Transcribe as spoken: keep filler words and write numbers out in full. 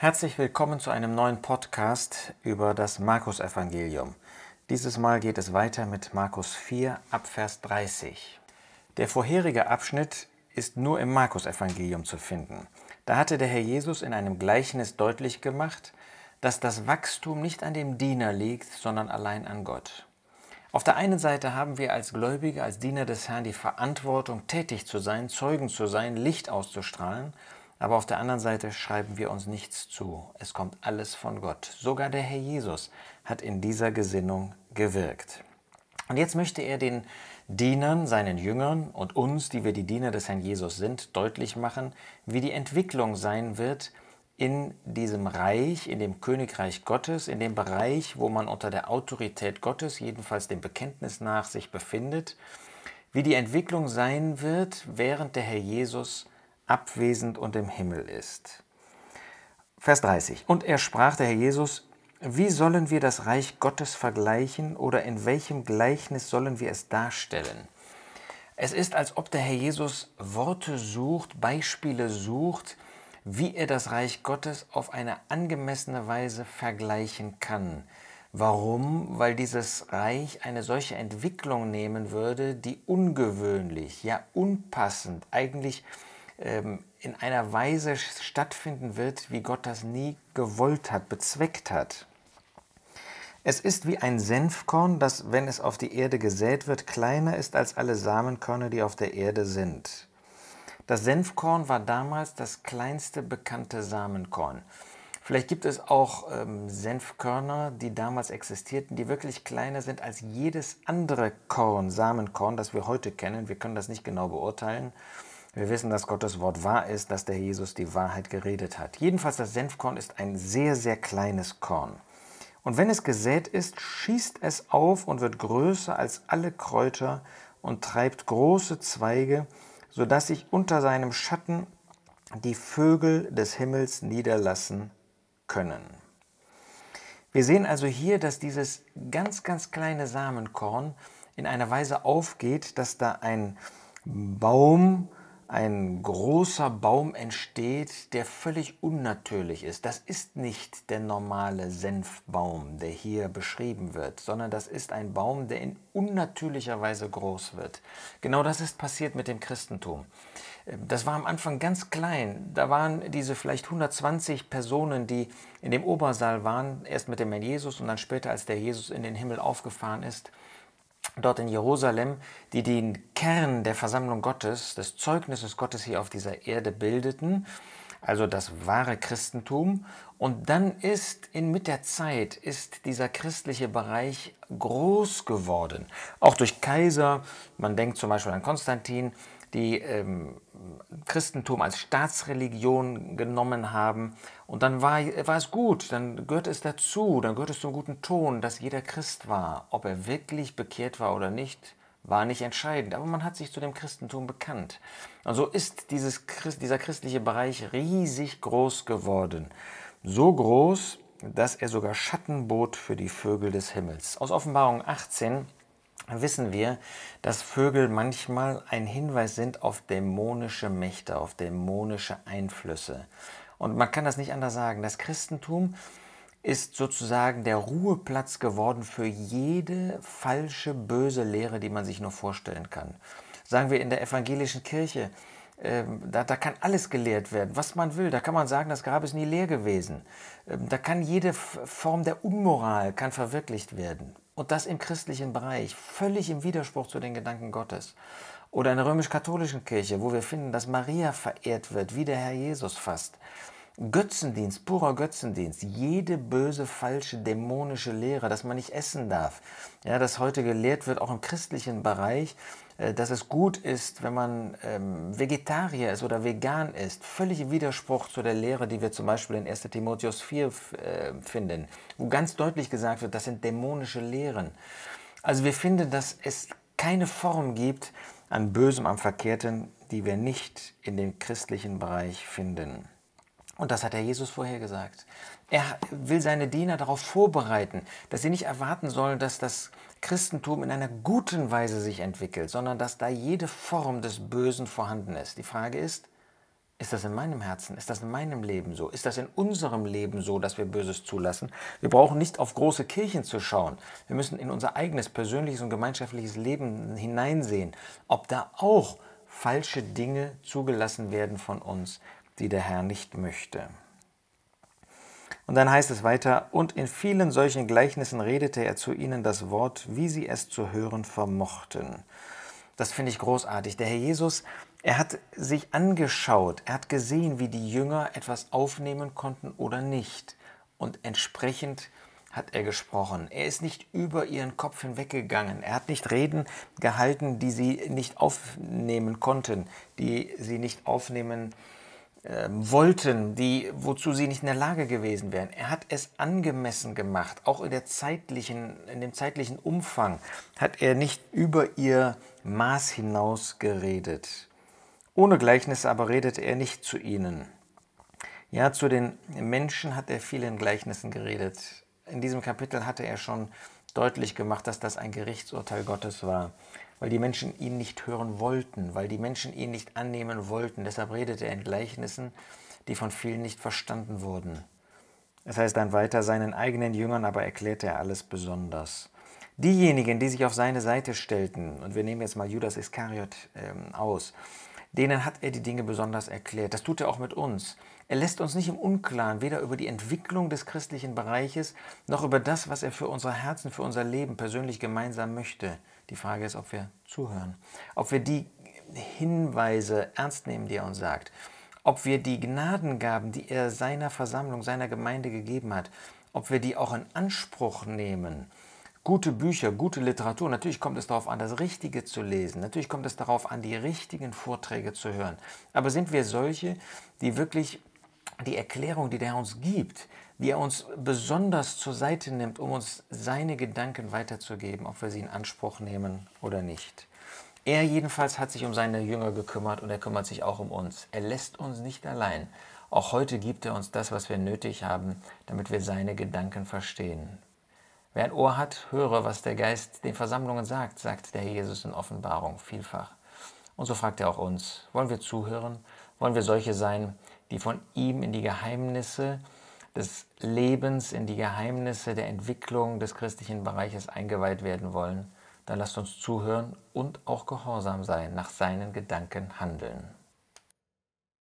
Herzlich willkommen zu einem neuen Podcast über das Markus-Evangelium. Dieses Mal geht es weiter mit Markus vier ab Vers dreißig. Der vorherige Abschnitt ist nur im Markus-Evangelium zu finden. Da hatte der Herr Jesus in einem Gleichnis deutlich gemacht, dass das Wachstum nicht an dem Diener liegt, sondern allein an Gott. Auf der einen Seite haben wir als Gläubige, als Diener des Herrn die Verantwortung, tätig zu sein, Zeugen zu sein, Licht auszustrahlen. Aber auf der anderen Seite schreiben wir uns nichts zu. Es kommt alles von Gott. Sogar der Herr Jesus hat in dieser Gesinnung gewirkt. Und jetzt möchte er den Dienern, seinen Jüngern und uns, die wir die Diener des Herrn Jesus sind, deutlich machen, wie die Entwicklung sein wird in diesem Reich, in dem Königreich Gottes, in dem Bereich, wo man unter der Autorität Gottes, jedenfalls dem Bekenntnis nach, sich befindet, wie die Entwicklung sein wird, während der Herr Jesus abwesend und im Himmel ist. Vers dreißig. Und er sprach, der Herr Jesus: Wie sollen wir das Reich Gottes vergleichen oder in welchem Gleichnis sollen wir es darstellen? Es ist, als ob der Herr Jesus Worte sucht, Beispiele sucht, wie er das Reich Gottes auf eine angemessene Weise vergleichen kann. Warum? Weil dieses Reich eine solche Entwicklung nehmen würde, die ungewöhnlich, ja unpassend, eigentlich in einer Weise stattfinden wird, wie Gott das nie gewollt hat, bezweckt hat. Es ist wie ein Senfkorn, das, wenn es auf die Erde gesät wird, kleiner ist als alle Samenkörner, die auf der Erde sind. Das Senfkorn war damals das kleinste bekannte Samenkorn. Vielleicht gibt es auch ähm, Senfkörner, die damals existierten, die wirklich kleiner sind als jedes andere Korn, Samenkorn, das wir heute kennen. Wir können das nicht genau beurteilen. Wir wissen, dass Gottes Wort wahr ist, dass der Jesus die Wahrheit geredet hat. Jedenfalls, das Senfkorn ist ein sehr, sehr kleines Korn. Und wenn es gesät ist, schießt es auf und wird größer als alle Kräuter und treibt große Zweige, sodass sich unter seinem Schatten die Vögel des Himmels niederlassen können. Wir sehen also hier, dass dieses ganz, ganz kleine Samenkorn in einer Weise aufgeht, dass da ein Baum, ein großer Baum entsteht, der völlig unnatürlich ist. Das ist nicht der normale Senfbaum, der hier beschrieben wird, sondern das ist ein Baum, der in unnatürlicher Weise groß wird. Genau das ist passiert mit dem Christentum. Das war am Anfang ganz klein. Da waren diese vielleicht hundertzwanzig Personen, die in dem Obersaal waren, erst mit dem Herrn Jesus und dann später, als der Jesus in den Himmel aufgefahren ist, dort in Jerusalem, die den Kern der Versammlung Gottes, des Zeugnisses Gottes hier auf dieser Erde bildeten, also das wahre Christentum. Und dann ist in, mit der Zeit ist dieser christliche Bereich groß geworden, auch durch Kaiser. Man denkt zum Beispiel an Konstantin, die ähm, Christentum als Staatsreligion genommen haben. Und dann war, war es gut, dann gehört es dazu, dann gehört es zum guten Ton, dass jeder Christ war. Ob er wirklich bekehrt war oder nicht, war nicht entscheidend. Aber man hat sich zu dem Christentum bekannt. Und so ist dieses, dieser christliche Bereich riesig groß geworden. So groß, dass er sogar Schatten bot für die Vögel des Himmels. Aus Offenbarung achtzehn wissen wir, dass Vögel manchmal ein Hinweis sind auf dämonische Mächte, auf dämonische Einflüsse. Und man kann das nicht anders sagen. Das Christentum ist sozusagen der Ruheplatz geworden für jede falsche, böse Lehre, die man sich nur vorstellen kann. Sagen wir in der evangelischen Kirche, ähm, da, da kann alles gelehrt werden, was man will. Da kann man sagen, das Grab ist nie leer gewesen. Ähm, da kann jede Form der Unmoral kann verwirklicht werden. Und das im christlichen Bereich, völlig im Widerspruch zu den Gedanken Gottes. Oder in der römisch-katholischen Kirche, wo wir finden, dass Maria verehrt wird, wie der Herr Jesus fast. Götzendienst, purer Götzendienst, jede böse, falsche, dämonische Lehre, dass man nicht essen darf. Ja, dass heute gelehrt wird, auch im christlichen Bereich, dass es gut ist, wenn man ähm, Vegetarier ist oder vegan ist. Völlig im Widerspruch zu der Lehre, die wir zum Beispiel in erster Timotheus vier äh, finden, wo ganz deutlich gesagt wird, das sind dämonische Lehren. Also wir finden, dass es keine Form gibt an Bösem, am Verkehrten, die wir nicht in dem christlichen Bereich finden. Und das hat der Jesus vorher gesagt. Er will seine Diener darauf vorbereiten, dass sie nicht erwarten sollen, dass das Christentum in einer guten Weise sich entwickelt, sondern dass da jede Form des Bösen vorhanden ist. Die Frage ist, Ist das in meinem Herzen? Ist das in meinem Leben so? Ist das in unserem Leben so, dass wir Böses zulassen? Wir brauchen nicht auf große Kirchen zu schauen. Wir müssen in unser eigenes persönliches und gemeinschaftliches Leben hineinsehen, ob da auch falsche Dinge zugelassen werden von uns, die der Herr nicht möchte. Und dann heißt es weiter, und in vielen solchen Gleichnissen redete er zu ihnen das Wort, wie sie es zu hören vermochten. Das finde ich großartig. Der Herr Jesus, er hat sich angeschaut, er hat gesehen, wie die Jünger etwas aufnehmen konnten oder nicht. Und entsprechend hat er gesprochen. Er ist nicht über ihren Kopf hinweggegangen. Er hat nicht Reden gehalten, die sie nicht aufnehmen konnten, die sie nicht aufnehmen äh, wollten, die, wozu sie nicht in der Lage gewesen wären. Er hat es angemessen gemacht. Auch in, der zeitlichen, in dem zeitlichen Umfang hat er nicht über ihr Maß hinaus geredet. Ohne Gleichnisse aber redete er nicht zu ihnen. Ja, zu den Menschen hat er viel in Gleichnissen geredet. In diesem Kapitel hatte er schon deutlich gemacht, dass das ein Gerichtsurteil Gottes war, weil die Menschen ihn nicht hören wollten, weil die Menschen ihn nicht annehmen wollten. Deshalb redete er in Gleichnissen, die von vielen nicht verstanden wurden. Es heißt dann weiter, seinen eigenen Jüngern aber erklärte er alles besonders. Diejenigen, die sich auf seine Seite stellten, und wir nehmen jetzt mal Judas Iskariot ähm, aus, denen hat er die Dinge besonders erklärt. Das tut er auch mit uns. Er lässt uns nicht im Unklaren, weder über die Entwicklung des christlichen Bereiches, noch über das, was er für unsere Herzen, für unser Leben persönlich gemeinsam möchte. Die Frage ist, ob wir zuhören, ob wir die Hinweise ernst nehmen, die er uns sagt, ob wir die Gnadengaben, die er seiner Versammlung, seiner Gemeinde gegeben hat, ob wir die auch in Anspruch nehmen. Gute Bücher, gute Literatur, natürlich kommt es darauf an, das Richtige zu lesen, natürlich kommt es darauf an, die richtigen Vorträge zu hören. Aber sind wir solche, die wirklich die Erklärung, die der Herr uns gibt, wie er uns besonders zur Seite nimmt, um uns seine Gedanken weiterzugeben, ob wir sie in Anspruch nehmen oder nicht. Er jedenfalls hat sich um seine Jünger gekümmert und er kümmert sich auch um uns. Er lässt uns nicht allein. Auch heute gibt er uns das, was wir nötig haben, damit wir seine Gedanken verstehen. Wer ein Ohr hat, höre, was der Geist den Versammlungen sagt, sagt der Herr Jesus in Offenbarung vielfach. Und so fragt er auch uns, wollen wir zuhören? Wollen wir solche sein, die von ihm in die Geheimnisse des Lebens, in die Geheimnisse der Entwicklung des christlichen Bereiches eingeweiht werden wollen? Dann lasst uns zuhören und auch gehorsam sein, nach seinen Gedanken handeln.